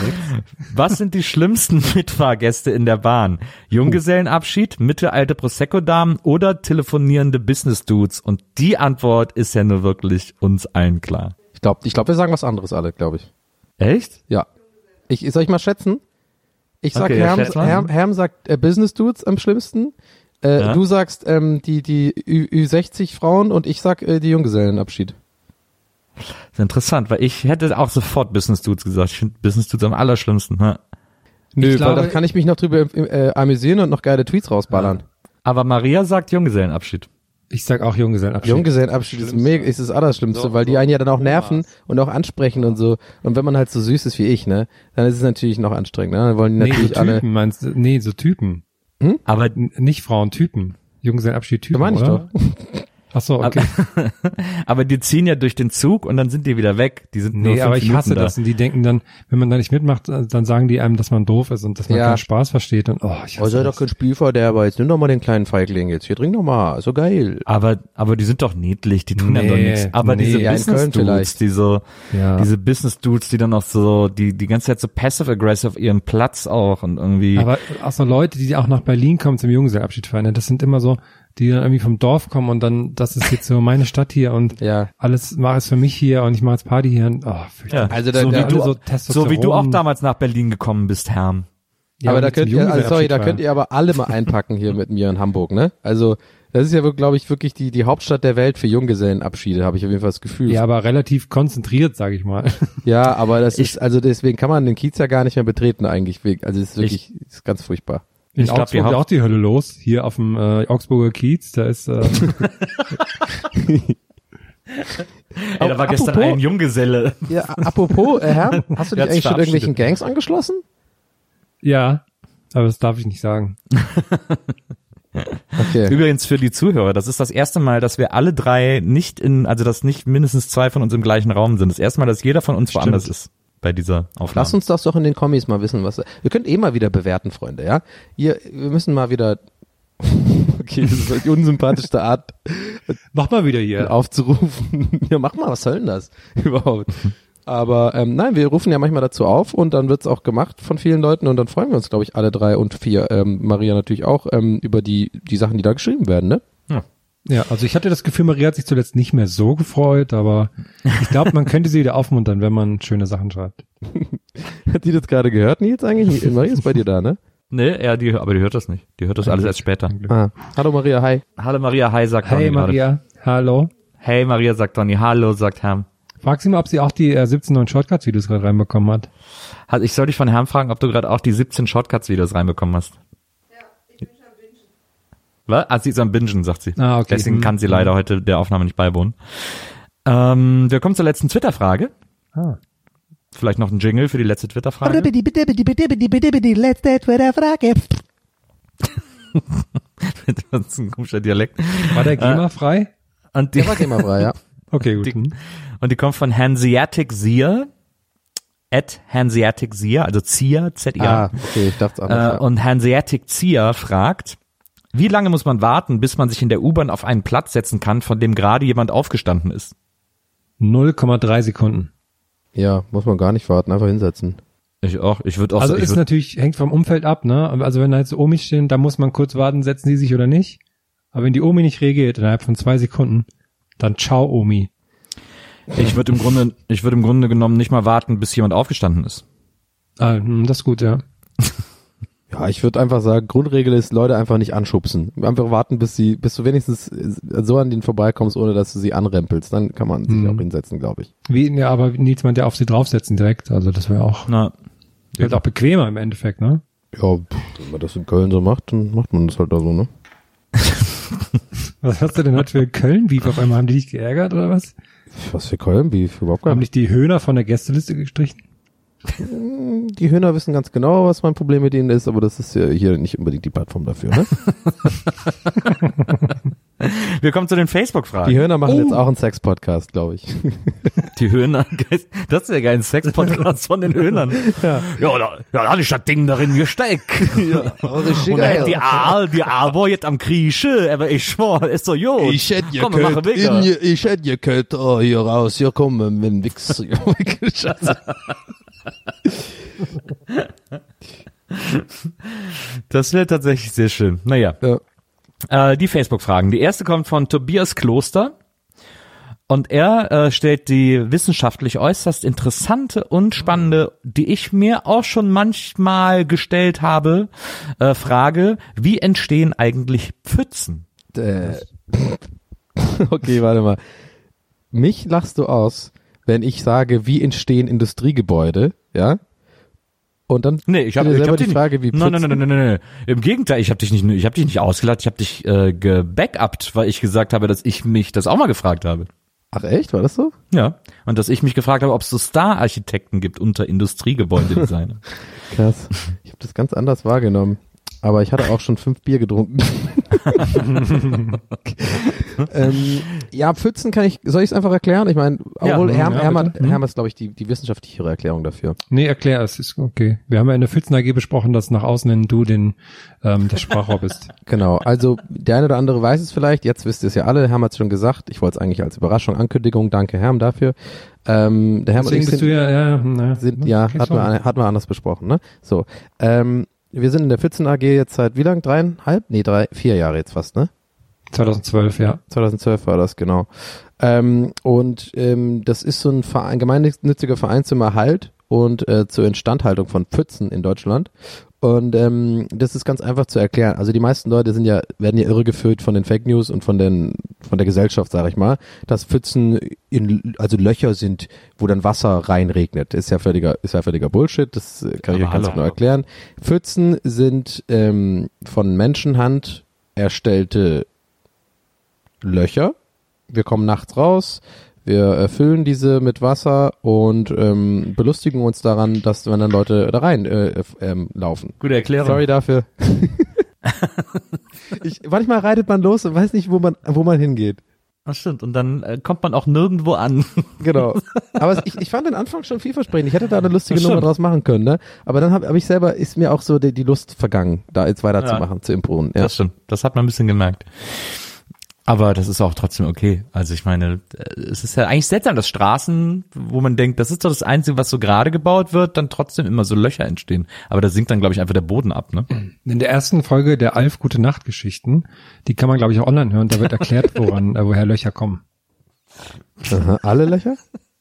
was sind die schlimmsten Mitfahrgäste in der Bahn? Junggesellenabschied, mittelalte Prosecco-Damen oder telefonierende Business-Dudes? Und die Antwort ist ja nur wirklich uns allen klar. Ich glaube, ich glaub, wir sagen was anderes alle, glaube ich. Echt? Ja. Ich, soll ich mal schätzen? Ich sag, Okay, ja, Herm, schätz mal. Herm, Herm sagt äh, Business Dudes am schlimmsten. Äh, Ja. Du sagst ähm, die die Ü sechzig Frauen und ich sag äh, die Junggesellenabschied. Das ist interessant, weil ich hätte auch sofort Business Dudes gesagt. Ich finde Business Dudes am allerschlimmsten. Ne? Nö, glaube- weil da kann ich mich noch drüber äh, amüsieren und noch geile Tweets rausballern. Aber Maria sagt Junggesellenabschied. Ich sag auch Junggesellenabschied. Junggesellenabschied ist mega, ist das Allerschlimmste, weil die einen ja dann auch nerven und auch ansprechen und so. Und wenn man halt so süß ist wie ich, ne, dann ist es natürlich noch anstrengend. Ne? Dann wollen die Nee, so natürlich Typen, alle. meinst du? Nee, so Typen. Aber N nicht Frauen, Typen. Junggesellenabschied, Typen, Ja, meine ich oder? doch. Ach so, okay. aber die ziehen ja durch den Zug und dann sind die wieder weg. Die sind nur Nee, fünf aber ich hasse Minuten da. das. Und die denken dann, wenn man da nicht mitmacht, dann sagen die einem, dass man doof ist und dass man Ja. keinen Spaß versteht. Und oh, ich Oh, hasse sei das. doch kein Spielverderber, jetzt nimm doch mal den kleinen Feigling jetzt. Hier, trink doch mal, so geil. Aber, aber die sind doch niedlich, die tun Nee, ja doch nichts. Aber nee, diese ja, in Business Köln Dudes, vielleicht. die so, Ja. diese Business Dudes, die dann auch so, die, die ganze Zeit so passive aggressive auf ihrem Platz auch und irgendwie. Aber auch so Leute, die auch nach Berlin kommen zum Junggesellenabschied feiern, ne, das sind immer so, die dann irgendwie vom Dorf kommen und dann, das ist jetzt so meine Stadt hier und Ja. alles mache es für mich hier und ich mache jetzt Party hier und oh, fürchterlich. Also da- so, da- wie du, alle so so wie du auch Testosteron- damals nach Berlin gekommen bist, Herm. Ja, aber da und zum könnt ihr, also sorry, Junggesellenabschied da feiern. könnt ihr aber alle mal einpacken hier mit mir in Hamburg, ne? Also, das ist ja, glaube ich, wirklich die, die Hauptstadt der Welt für Junggesellenabschiede, habe ich auf jeden Fall das Gefühl. Ja, aber relativ konzentriert, sage ich mal. Ja, aber das ist, also deswegen kann man den Kiez ja gar nicht mehr betreten eigentlich. Also es ist wirklich, es ist ganz furchtbar. In Ich glaub, Augsburg die ist Haupt- auch die Hölle los. Hier auf dem äh, Augsburger Kiez, da ist äh, Ey, da war gestern apropos- ein Junggeselle. Ja, apropos, äh, Herr, hast du dich Der hat's eigentlich schon verabschiedet. irgendwelchen Gangs angeschlossen? ja, aber das darf ich nicht sagen. Okay. Übrigens für die Zuhörer, das ist das erste Mal, dass wir alle drei nicht in, also dass nicht mindestens zwei von uns im gleichen Raum sind. Das erste Mal, dass jeder von uns Stimmt. woanders ist bei dieser Aufnahme. Lass uns das doch in den Kommis mal wissen, was. Ihr könnt eh mal wieder bewerten, Freunde, ja? Ihr, wir müssen mal wieder. Okay, das ist die unsympathischste Art Mach mal wieder hier. aufzurufen. Ja, mach mal, was soll denn das überhaupt? Aber ähm, nein, wir rufen ja manchmal dazu auf und dann wird's auch gemacht von vielen Leuten und dann freuen wir uns, glaube ich, alle drei und vier, ähm, Maria natürlich auch, ähm, über die die Sachen, die da geschrieben werden, ne? Ja, also ich hatte das Gefühl, Maria hat sich zuletzt nicht mehr so gefreut, aber ich glaube, man könnte sie wieder aufmuntern, wenn man schöne Sachen schreibt. Hat die das gerade gehört, Nils, eigentlich? Maria ist bei dir da, ne? Nee, ja, die, aber die hört das nicht. Die hört das alles erst später. Ah. Hallo Maria, hi. Hallo Maria, hi, sagt Donny Hey gerade. Maria, hallo. Hey Maria, sagt Donny, hallo, sagt Herm. Frag sie mal, ob sie auch die äh, siebzehn neuen Shortcuts-Videos gerade reinbekommen hat. Hat- Ich soll dich von Herm fragen, ob du gerade auch die siebzehn Shortcuts-Videos reinbekommen hast. Was? Ah, sie ist am Bingen, sagt sie. Ah, okay. Deswegen Hm. kann sie leider heute der Aufnahme nicht beiwohnen. Ähm, wir kommen zur letzten Twitter-Frage. Ah. Vielleicht noch ein Jingle für die letzte Twitter-Frage. Bitte, bitte, bitte, bitte, bitte, bitte, bitte, letzte Twitter-Frage. Das ist ein komischer Dialekt. War der GEMA frei? Und die, Der war GEMA-frei, ja. Okay, gut. die, Hm. und die kommt von Hanseatic Zier. At Hanseatic Zier, also Zier, Z I A. Ah, okay, ich dachte es anders. Äh, ja. und Hanseatic Zier fragt, wie lange muss man warten, bis man sich in der U-Bahn auf einen Platz setzen kann, von dem gerade jemand aufgestanden ist? null Komma drei Sekunden. Ja, muss man gar nicht warten, einfach hinsetzen. Ich auch, ich würde auch Also so, ich ist würd, natürlich, hängt vom Umfeld ab, ne? Also wenn da jetzt so Omis stehen, da muss man kurz warten, setzen die sich oder nicht. Aber wenn die Omi nicht reagiert innerhalb von zwei Sekunden, dann ciao Omi. ich würde im Grunde, ich würde im Grunde genommen nicht mal warten, bis jemand aufgestanden ist. Ah, hm, das ist gut, ja. Ja, Ja, ich würde einfach sagen, Grundregel ist, Leute einfach nicht anschubsen. Einfach warten, bis sie, bis du wenigstens so an denen vorbeikommst, ohne dass du sie anrempelst. Dann kann man sich Mhm. auch hinsetzen, glaube ich. Wie, ja, aber Nils meint ja auf sie draufsetzen direkt. Also das wäre auch, Na, halt auch bequemer im Endeffekt, ne? Ja, pff, wenn man das in Köln so macht, dann macht man das halt da so, ne? Was hast du denn heute für Köln-Beef? Auf einmal haben die dich geärgert oder was? Was für Köln, wie für überhaupt gar Haben nicht. dich die Höhner von der Gästeliste gestrichen? Die Höhner wissen ganz genau, was mein Problem mit ihnen ist, aber das ist ja hier nicht unbedingt die Plattform dafür, ne? wir kommen zu den Facebook-Fragen. Die Höhner machen jetzt auch einen Sex-Podcast, glaube ich. Die Höhner, das ist ja geil, ein Sex-Podcast von den Höhnern. Ja, ja, da, ja, da hatte ich das Ding darin gesteckt. Ja. Und da hätte die Aal, die Aal war jetzt am Kriechen, aber ich schwör, ist so, jo, Ich hätte komm, wir machen Wege. ich hätte gekönnt, oh, hier raus, hier kommen, wenn Wichs. Das wäre tatsächlich sehr schön. Naja, Ja. äh, die Facebook-Fragen. Die erste kommt von Tobias Kloster. Und er äh, stellt die wissenschaftlich äußerst interessante und spannende, die ich mir auch schon manchmal gestellt habe, äh, Frage, wie entstehen eigentlich Pfützen? Äh, okay, warte mal. Mich lachst du aus, wenn ich sage, wie entstehen Industriegebäude, ja? Und dann Nee, ich habe stell dir ich selber hab die dich Frage, wie nicht, nein, nein, Pfützen- nein, nein, nein, nein. Im Gegenteil, ich habe dich nicht, ich habe dich nicht ausgelacht, ich habe dich äh, gebackupt, weil ich gesagt habe, dass ich mich das auch mal gefragt habe. Ach echt, war das so? Ja, und dass ich mich gefragt habe, ob es so Star-Architekten gibt unter Industriegebäudedesigner. Krass. Ich habe das ganz anders wahrgenommen. Aber ich hatte auch schon fünf Bier getrunken. ähm, ja, Pfützen kann ich, soll ich es einfach erklären? Ich meine, obwohl Ja, Herm, ja, Herm, bitte. hat, Herm ist, glaube ich, die, die wissenschaftlichere Erklärung dafür. Nee, erklär es, ist okay. Wir haben ja in der Pfützen A G besprochen, dass nach außen hin du den, ähm, das Sprachrohr bist. Genau, also der eine oder andere weiß es vielleicht, jetzt wisst ihr es ja alle, Herm hat es schon gesagt, ich wollte es eigentlich als Überraschung, Ankündigung, danke Herm dafür. Ähm, der Herm und Deswegen ich bist sind, du ja, ja, na, sind ja, okay, hatten, sorry. wir, hatten wir anders besprochen, ne? So, ähm, wir sind in der Pfützen A G jetzt seit wie lang? Dreieinhalb? Nee, drei, vier Jahre jetzt fast, ne? zweitausendzwölf, ja. zweitausendzwölf war das, genau. Ähm, und ähm, das ist so ein Verein, gemeinnütziger Verein zum Erhalt und äh, zur Instandhaltung von Pfützen in Deutschland. Und ähm, das ist ganz einfach zu erklären. Also die meisten Leute sind ja, werden ja irregeführt von den Fake News und von den von der Gesellschaft, sage ich mal, dass Pfützen in, also Löcher sind, wo dann Wasser reinregnet. Ist ja völliger, ist ja völliger Bullshit. Das äh, kann Aber ich euch ganz hallo. genau erklären. Pfützen sind ähm, von Menschenhand erstellte Löcher. Wir kommen nachts raus, wir erfüllen diese mit Wasser und ähm, belustigen uns daran, dass wenn dann Leute da rein äh, äh, ähm, laufen. Gute Erklärung. Sorry dafür. ich, manchmal reitet man los und weiß nicht, wo man wo man hingeht. Das stimmt. Und dann äh, kommt man auch nirgendwo an. Genau. Aber es, ich, ich fand den Anfang schon vielversprechend. Ich hätte da eine lustige Das Nummer stimmt. draus machen können, ne? Aber dann habe hab ich selber, ist mir auch so die, die Lust vergangen, da jetzt weiterzumachen, Ja. zu improven. Ja. Das stimmt. Das hat man ein bisschen gemerkt. Aber das ist auch trotzdem okay. Also ich meine, äh, es ist ja eigentlich seltsam, dass Straßen, wo man denkt, das ist doch das Einzige, was so gerade gebaut wird, dann trotzdem immer so Löcher entstehen. Aber da sinkt dann, glaube ich, einfach der Boden ab, ne? In der ersten Folge der Alf Gute Nacht Geschichten, die kann man, glaube ich, auch online hören, da wird erklärt, woran, äh, woher Löcher kommen. Aha. Alle Löcher?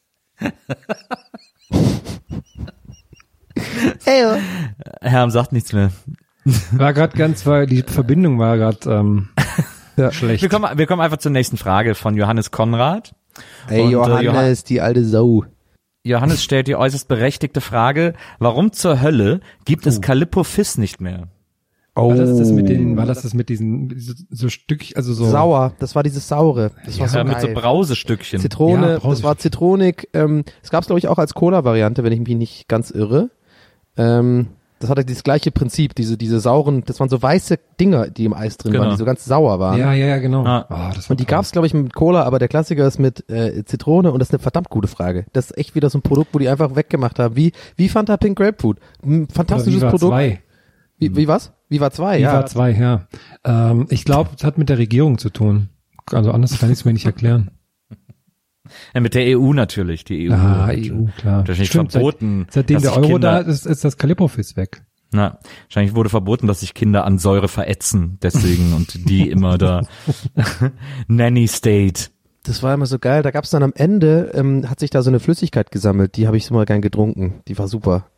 Ey, Herr sagt nichts mehr. War gerade ganz, weil die Verbindung war gerade ähm, Ja. schlecht. Wir kommen, wir kommen einfach zur nächsten Frage von Johannes Konrad. Ey, Und, äh, Johannes, Johann- die alte Sau. Johannes stellt die äußerst berechtigte Frage, warum zur Hölle gibt es Calippo Fiss nicht mehr? Oh. War das das mit den, war das das mit diesen so, so Stück, also so Sauer, das war dieses Saure. Das war so Ja, geil. mit so Brausestückchen. Zitrone, Ja, das Brausestück. war zitronig. Ähm, es gab es, glaube ich, auch als Cola-Variante, wenn ich mich nicht ganz irre. Ähm, das hatte dieses gleiche Prinzip, diese diese sauren, das waren so weiße Dinger, die im Eis drin Genau. waren, die so ganz sauer waren. Ja, ja, ja, genau. Ah. Oh, das war Und die toll. gab's, glaube ich, mit Cola, aber der Klassiker ist mit äh, Zitrone und das ist eine verdammt gute Frage. Das ist echt wieder so ein Produkt, wo die einfach weggemacht haben. Wie wie Fanta Pink Grapefruit? Ein fantastisches Oder Viva Produkt. zwei. Wie, wie was? Viva zwei, Viva ja. zwei, ja. Ähm, ich glaube, es hat mit der Regierung zu tun. Also anders kann ich es mir nicht erklären. Ja, mit der E U natürlich, die E U. Ah, E U, klar. Das ist nicht Stimmt, verboten. Seit, seitdem dass der sich Euro Kinder, da ist, ist das Calippo-Fiss weg. Na, wahrscheinlich wurde verboten, dass sich Kinder an Säure verätzen, deswegen, und die immer da Nanny State. Das war immer so geil. Da gab's dann am Ende, ähm, hat sich da so eine Flüssigkeit gesammelt. Die habe ich so mal gern getrunken. Die war super.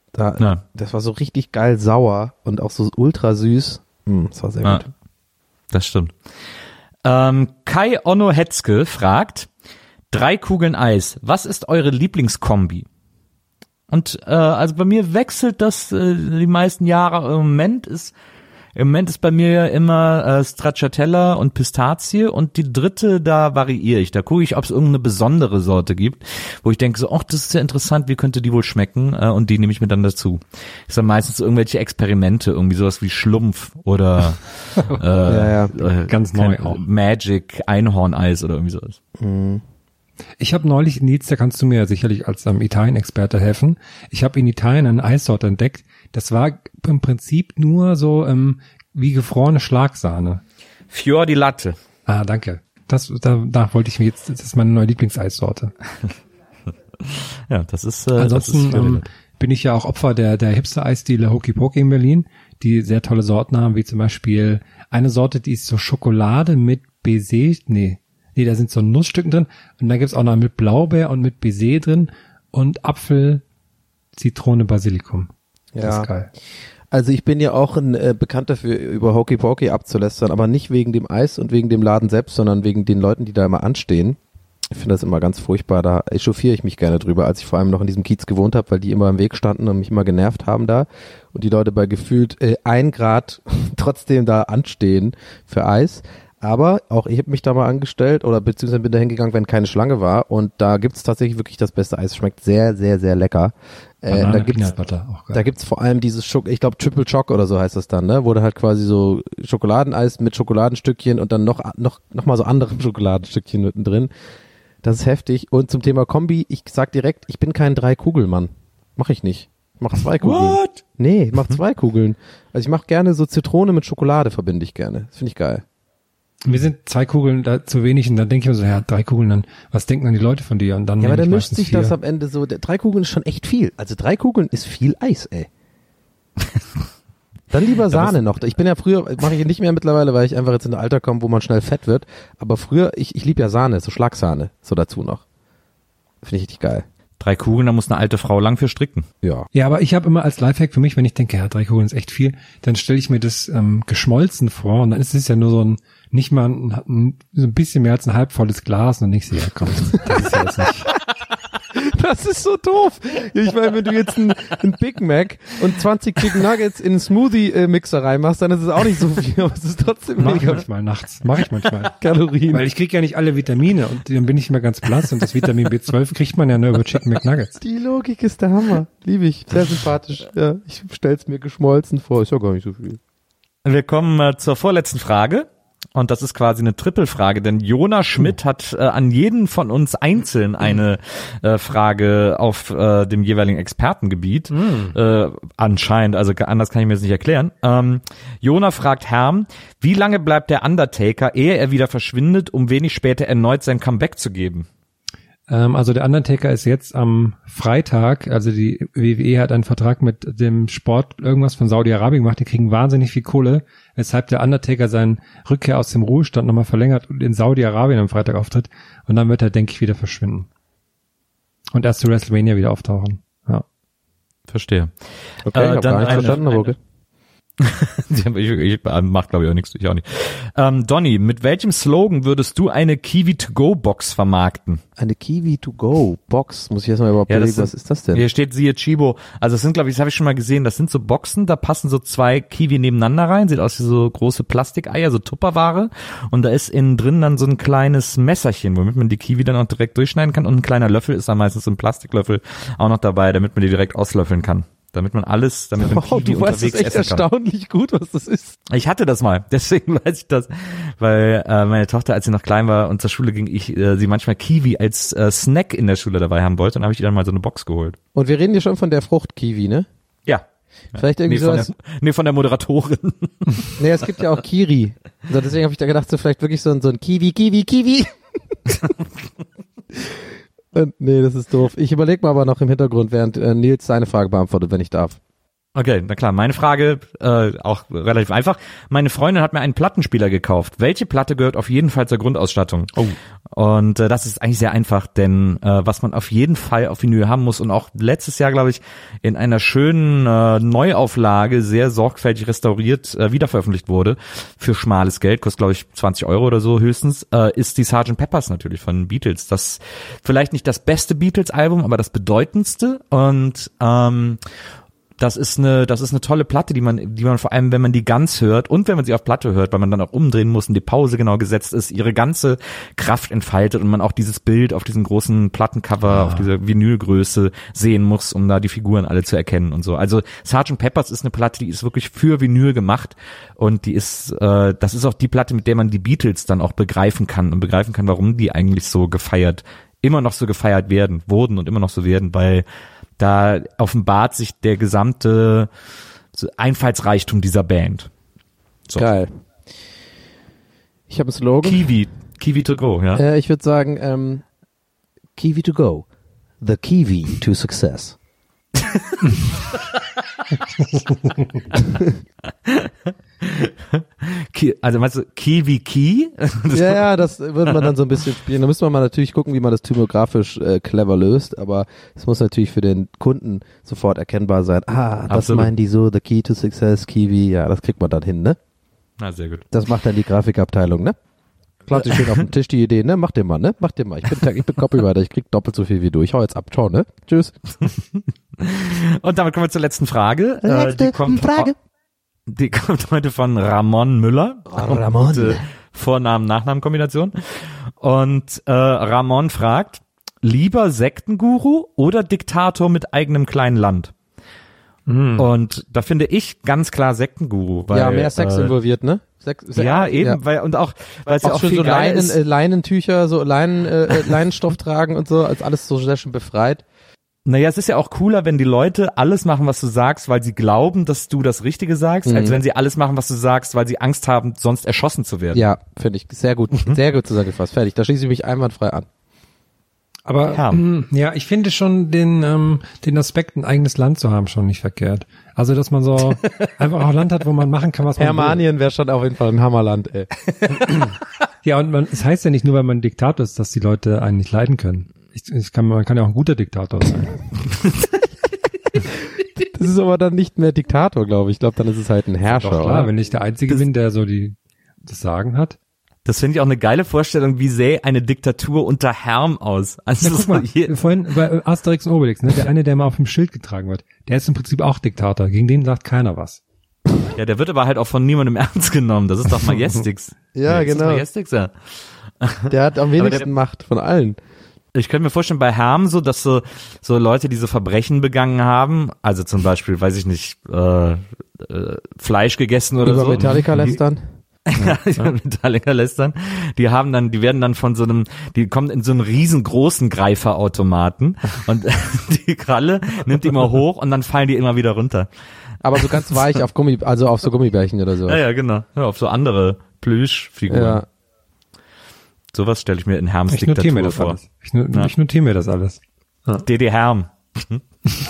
Da, Ja. Das war so richtig geil sauer und auch so ultra süß. Mm, das war sehr Ja. gut. Das stimmt. Ähm, Kai Onno Hetzke fragt, drei Kugeln Eis, was ist eure Lieblingskombi? Und äh, also bei mir wechselt das äh, die meisten Jahre. Im Moment ist im Moment ist bei mir immer äh, Stracciatella und Pistazie und die dritte, da variiere ich. Da gucke ich, ob es irgendeine besondere Sorte gibt, wo ich denke so, ach, das ist ja interessant, wie könnte die wohl schmecken? Äh, und die nehme ich mir dann dazu. Das sind meistens so irgendwelche Experimente, irgendwie sowas wie Schlumpf oder äh, Ja, ja. Äh, Ganz neu auch. Magic, Einhorneis oder irgendwie sowas. Ich habe neulich, Nils, da kannst du mir ja sicherlich als ähm, Italien-Experte helfen. Ich habe in Italien eine Eissorte entdeckt. Das war im Prinzip nur so ähm, wie gefrorene Schlagsahne. Fior di Latte. Ah, danke. Das, da, da wollte ich mir jetzt, das ist meine neue Lieblingseissorte. Ja, das ist äh, Ansonsten das ist Fior di ähm, Latte. bin ich ja auch Opfer der, der Hipster-Eisdiele Hokey Pokey in Berlin, die sehr tolle Sorten haben, wie zum Beispiel eine Sorte, die ist so Schokolade mit Baiser, nee, nee, da sind so Nussstücken drin und dann gibt's auch noch mit Blaubeer und mit Baiser drin und Apfel, Zitrone, Basilikum. Das Ja. ist geil. Also ich bin ja auch ein äh, bekannt dafür, über Hokey Pokey abzulästern, aber nicht wegen dem Eis und wegen dem Laden selbst, sondern wegen den Leuten, die da immer anstehen. Ich finde das immer ganz furchtbar, da echauffiere ich mich gerne drüber, als ich vor allem noch in diesem Kiez gewohnt habe, weil die immer im Weg standen und mich immer genervt haben da und die Leute bei gefühlt äh, ein Grad trotzdem da anstehen für Eis. Aber auch ich habe mich da mal angestellt oder beziehungsweise bin da hingegangen, wenn keine Schlange war und da gibt's tatsächlich wirklich das beste Eis. Schmeckt sehr, sehr, sehr lecker. Äh, Banane, da gibt's Peanut Butter, auch geil. Da gibt's vor allem dieses Schok, ich glaube Triple Choc oder so heißt das dann, ne, wo du halt quasi so Schokoladeneis mit Schokoladenstückchen und dann noch noch noch mal so andere Schokoladenstückchen mittendrin. Das ist heftig. Und zum Thema Kombi, ich sag direkt, ich bin kein Drei-Kugelmann. Mach ich nicht. Ich mach zwei Kugeln. What? Nee, ich mach zwei Kugeln. Also ich mach gerne so Zitrone mit Schokolade verbinde ich gerne. Das finde ich geil. Wir sind zwei Kugeln da zu wenig und dann denke ich mir so, ja, drei Kugeln, dann, was denken dann die Leute von dir? Und dann Ja, nehme aber ich dann mischt meistens sich vier. das am Ende so, der- drei Kugeln ist schon echt viel. Also drei Kugeln ist viel Eis, ey. Dann lieber Sahne noch. Ich bin ja früher, mache ich nicht mehr mittlerweile, weil ich einfach jetzt in ein Alter komme, wo man schnell fett wird. Aber früher, ich, ich liebe ja Sahne, so Schlagsahne, so dazu noch. Finde ich richtig geil. Drei Kugeln, da muss eine alte Frau lang für stricken. Ja. Ja, aber ich habe immer als Lifehack für mich, wenn ich denke, ja, drei Kugeln ist echt viel, dann stelle ich mir das ähm, geschmolzen vor und dann ist es ja nur so ein, nicht mal ein, ein, so ein bisschen mehr als ein halb volles Glas und dann nicht so, ja komm, das ist ja jetzt nicht. Das ist so doof. Ich meine, wenn du jetzt ein, ein Big Mac und zwanzig Chicken Nuggets in einen Smoothie-Mixer reinmachst, dann ist es auch nicht so viel, aber es ist trotzdem Mach ich mega manchmal nachts, mache ich manchmal. Kalorien. Weil ich krieg ja nicht alle Vitamine und dann bin ich immer ganz blass und das Vitamin B zwölf kriegt man ja nur über Chicken McNuggets. Die Logik ist der Hammer. Liebe ich. Sehr sympathisch. Ja, ich stell's mir geschmolzen vor. Ist ja gar nicht so viel. Wir kommen äh, zur vorletzten Frage. Und das ist quasi eine Trippelfrage, denn Jona Schmidt hat äh, an jeden von uns einzeln eine äh, Frage auf äh, dem jeweiligen Expertengebiet. Äh, anscheinend, also anders kann ich mir das nicht erklären. Ähm, Jona fragt Herm, wie lange bleibt der Undertaker, ehe er wieder verschwindet, um wenig später erneut sein Comeback zu geben? Ähm, also der Undertaker ist jetzt am Freitag, also die W W E hat einen Vertrag mit dem Sport irgendwas von Saudi-Arabien gemacht, die kriegen wahnsinnig viel Kohle, weshalb der Undertaker seinen Rückkehr aus dem Ruhestand nochmal verlängert und in Saudi-Arabien am Freitag auftritt und dann wird er, denke ich, wieder verschwinden. Und erst zu WrestleMania wieder auftauchen. Ja. Verstehe. Okay, Äh, ich hab dann gar nicht eine- verstanden, aber okay. ich, ich, macht glaube ich auch nichts, ich auch nicht. Ähm, Donny, mit welchem Slogan würdest du eine Kiwi-to-go-Box vermarkten? Eine Kiwi-to-go-Box. Muss ich erstmal überhaupt Ja, das überlegen, sind- was ist das denn? Hier steht siehe Chibo. Also das sind, glaube ich, das habe ich schon mal gesehen, das sind so Boxen, da passen so zwei Kiwi nebeneinander rein, sieht aus wie so große Plastikeier, so Tupperware. Und da ist innen drin dann so ein kleines Messerchen, womit man die Kiwi dann auch direkt durchschneiden kann. Und ein kleiner Löffel ist da meistens so ein Plastiklöffel auch noch dabei, damit man die direkt auslöffeln kann. Damit man alles, damit man Wow, Kiwi du weißt es unterwegs echt essen kann. erstaunlich gut, was das ist. Ich hatte das mal, deswegen weiß ich das, weil äh, meine Tochter, als sie noch klein war und zur Schule ging, ich äh, sie manchmal Kiwi als äh, Snack in der Schule dabei haben wollte und habe ich ihr dann mal so eine Box geholt. Und wir reden hier schon von der Frucht Kiwi, ne? Ja. Vielleicht irgendwie Nee, von sowas. der, nee, von der Moderatorin. Nee, es gibt ja auch Kiri. So, deswegen habe ich da gedacht, so vielleicht wirklich so ein, so ein Kiwi, Kiwi, Kiwi. Und nee, das ist doof. Ich überlege mal aber noch im Hintergrund, während äh, Nils seine Frage beantwortet, wenn ich darf. Okay, na klar. Meine Frage, äh, auch relativ einfach. Meine Freundin hat mir einen Plattenspieler gekauft. Welche Platte gehört auf jeden Fall zur Grundausstattung? Oh. Und äh, das ist eigentlich sehr einfach, denn äh, was man auf jeden Fall auf Vinyl haben muss und auch letztes Jahr, glaube ich, in einer schönen äh, Neuauflage sehr sorgfältig restauriert äh, wiederveröffentlicht wurde, für schmales Geld, kostet glaube ich zwanzig Euro oder so höchstens, äh, ist die Sergeant Peppers natürlich von Beatles. Das vielleicht nicht das beste Beatles-Album, aber das bedeutendste und ähm, Das ist eine, das ist eine tolle Platte, die man, die man vor allem, wenn man die ganz hört und wenn man sie auf Platte hört, weil man dann auch umdrehen muss und die Pause genau gesetzt ist, ihre ganze Kraft entfaltet und man auch dieses Bild auf diesem großen Plattencover, ah. auf dieser Vinylgröße sehen muss, um da die Figuren alle zu erkennen und so. Also Sergeant Peppers ist eine Platte, die ist wirklich für Vinyl gemacht und die ist, äh, das ist auch die Platte, mit der man die Beatles dann auch begreifen kann und begreifen kann, warum die eigentlich so gefeiert, immer noch so gefeiert werden, wurden und immer noch so werden, weil da offenbart sich der gesamte Einfallsreichtum dieser Band. So. Geil. Ich habe einen Slogan. Kiwi. Kiwi to go, ja. Äh, ich würde sagen, ähm, Kiwi to go. The Kiwi to success. Also meinst du Kiwi Key? Ja, ja, das würde man dann so ein bisschen spielen. Da müsste man mal natürlich gucken, wie man das typografisch äh, clever löst, aber es muss natürlich für den Kunden sofort erkennbar sein. Ah, das Absolut. meinen die so, the key to success, Kiwi, ja, das kriegt man dann hin, ne? Na, sehr gut. Das macht dann die Grafikabteilung, ne? Klaut sich schön auf den Tisch die Idee, ne? Mach den mal, ne? Mach den mal. Ich bin, ich bin Copywriter, ich krieg doppelt so viel wie du. Ich hau jetzt ab, ciao, ne? Tschüss. Und damit kommen wir zur letzten Frage. Letzte äh, die kommt, Frage. Die kommt heute von Ramon Müller. Ramon. Gute Vornamen-Nachnamen-Kombination. Und äh, Ramon fragt, lieber Sektenguru oder Diktator mit eigenem kleinen Land? Mm. Und da finde ich ganz klar Sektenguru. Weil, ja, mehr Sex äh, involviert, ne? Sex, Sex, ja, eben, ja. weil und auch, weil es ja auch schon viel so geiler Leinen, ist. äh, Leinentücher, so Leinen, äh, Leinenstoff tragen und so, als alles so sehr schön befreit. Naja, es ist ja auch cooler, wenn die Leute alles machen, was du sagst, weil sie glauben, dass du das Richtige sagst, mhm. als wenn sie alles machen, was du sagst, weil sie Angst haben, sonst erschossen zu werden. Ja, finde ich sehr gut, Mhm. sehr gut zusammengefasst. Fertig, da schließe ich mich einwandfrei an. Aber Ja. mh, ja, ich finde schon den ähm, den Aspekt, ein eigenes Land zu haben, schon nicht verkehrt. Also, dass man so einfach auch ein Land hat, wo man machen kann, was man will. Hermanien wäre schon auf jeden Fall ein Hammerland, ey. Ja, und man, es heißt ja nicht nur, weil man ein Diktator ist, dass die Leute einen nicht leiden können. Ich, ich kann, man kann ja auch ein guter Diktator sein. Das ist aber dann nicht mehr Diktator, glaube ich. Ich glaube, dann ist es halt ein Herrscher, Doch klar, oder? wenn ich der Einzige Das- bin, der so die das Sagen hat. Das finde ich auch eine geile Vorstellung, wie sähe eine Diktatur unter Herm aus. Also Na, guck mal, hier, vorhin bei Asterix und Obelix, ne, der eine, der mal auf dem Schild getragen wird, der ist im Prinzip auch Diktator. Gegen den sagt keiner was. ja, der wird aber halt auch von niemandem ernst genommen. Das ist doch Majestix. Ja, Ist das genau. Majestix, ja. Der hat am wenigsten der- Macht von allen. Ich könnte mir vorstellen, bei Herm so, dass so, so Leute, die so Verbrechen begangen haben, also zum Beispiel, weiß ich nicht, äh, äh, Fleisch gegessen oder Über so. Metallica lästern. Ja, über Metallica lästern. Die haben dann, die werden dann von so einem, die kommen in so einen riesengroßen Greiferautomaten und die Kralle nimmt die immer hoch und dann fallen die immer wieder runter. Aber so ganz weich auf Gummi, also auf so Gummibärchen oder so. Ja, ja, genau. Ja, auf so andere Plüschfiguren. Ja. Sowas stelle ich mir in Herms Ich notiere Diktatur mir das vor. alles. Ich, no, Ja. ich notiere mir das alles. D D Herm. Hm?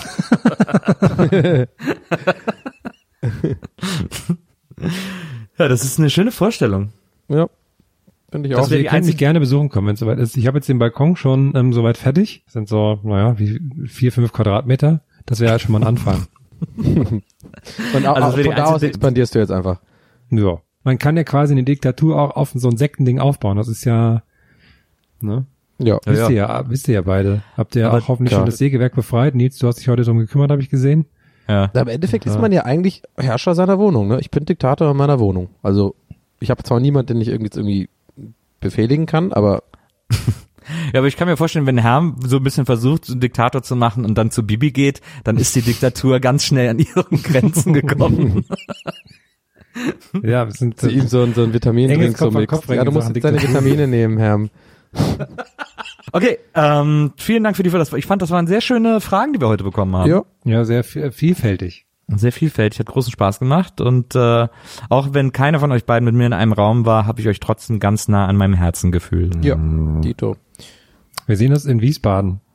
Ja, das ist eine schöne Vorstellung. Ja. Finde ich Das auch. wär Ihr die könnt mich einzige- gerne besuchen kommen, wenn es soweit ist. Ich habe jetzt den Balkon schon ähm, soweit fertig. Das sind so, naja, wie vier, fünf Quadratmeter. Das wäre ja schon mal ein Anfang. Und auch, Also das wär die von da aus einzige- expandierst du jetzt einfach. Ja. Man kann ja quasi eine Diktatur auch auf so ein Sektending aufbauen. Das ist ja, ne? Ja. Ja, Wisst ja. ihr ja, wisst ihr ja beide. Habt ihr Aber auch hoffentlich klar. schon das Sägewerk befreit? Nils, du hast dich heute drum gekümmert, habe ich gesehen. Ja. Im Endeffekt ist man ja eigentlich Herrscher seiner Wohnung, ne? Ich bin Diktator in meiner Wohnung. Also, ich habe zwar niemanden, den ich irgendwie, jetzt irgendwie befehligen kann, aber Ja, aber ich kann mir vorstellen, wenn Herm so ein bisschen versucht, so einen Diktator zu machen und dann zu Bibi geht, dann ist die Diktatur ganz schnell an ihren Grenzen gekommen. Ja, wir sind zu ihm so, ein- so ein Vitamindrink Enges so Kopf an mixt. Kopf Ja, du musst Sachen jetzt deine Diktatur. Vitamine nehmen, Herr. Okay, ähm, vielen Dank für die das. Ich fand, das waren sehr schöne Fragen, die wir heute bekommen haben. Ja. ja sehr viel, vielfältig. Sehr vielfältig, hat großen Spaß gemacht und äh, auch wenn keiner von euch beiden mit mir in einem Raum war, habe ich euch trotzdem ganz nah an meinem Herzen gefühlt. Ja, Dito. Wir sehen uns in Wiesbaden.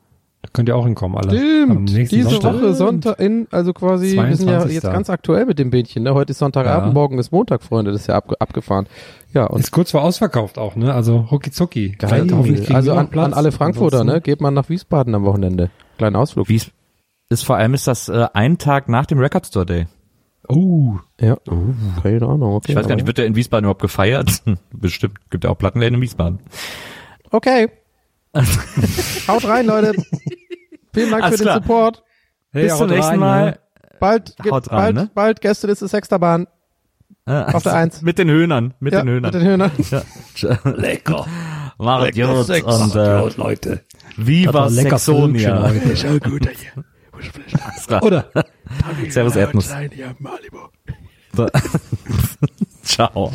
Könnt ihr auch hinkommen, alle. Stimmt, Am nächsten diese Sonntag. Woche Sonntag in, also quasi, wir sind ja zweiundzwanzigsten jetzt ganz aktuell mit dem Bähnchen, ne? Heute ist Sonntagabend, Ja. morgen ist Montag, Freunde, das ist ja ab, abgefahren. Ja, und Ist kurz vor ausverkauft auch, ne? Also rucki zucki. geil, Hoffentlich kriegen also wir an, noch Platz. an alle Frankfurter, Ansonsten- ne? Geht man nach Wiesbaden am Wochenende. Kleinen Ausflug. Wie ist vor allem ist das äh, ein Tag nach dem Record Store Day. Oh. Ja, keine Ahnung, okay. Ich weiß gar nicht, aber- wird der in Wiesbaden überhaupt gefeiert? Bestimmt, gibt ja auch Plattenläden in Wiesbaden. Okay. Haut rein, Leute. Vielen Dank Alles für den klar. Support. Hey, Bis zum haut nächsten rein, Mal. ne? Bald, gibt, Haut rein, bald, ne? bald Gästeliste Sechsterbahn. Auf der Eins. Mit den Höhnern, mit Ja, den Höhnern. mit den Höhnern. Lecker. Macht gut Sex. und äh, Leute. Viva lecker Sexonia. Völkchen, Ist ja gut hier. Alles klar. Oder? Servus Erdnuss. So. Ciao.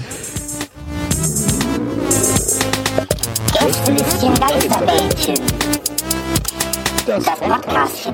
Gästelistchen Geisterbällchen. Das Podcastchen.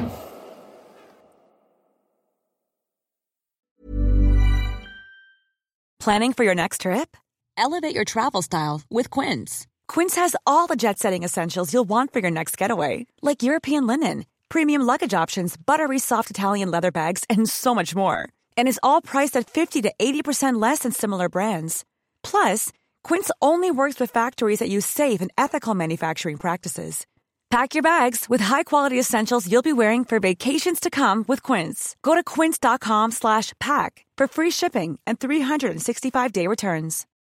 Planning for your next trip? Elevate your travel style with Quince. Quince has all the jet-setting essentials you'll want for your next getaway, like European linen, premium luggage options, buttery soft Italian leather bags, and so much more. And is all priced at fifty to eighty percent less than similar brands. Plus, Quince only works with factories that use safe and ethical manufacturing practices. Pack your bags with high-quality essentials you'll be wearing for vacations to come with Quince. Go to quince.com slash pack for free shipping and three sixty-five day returns.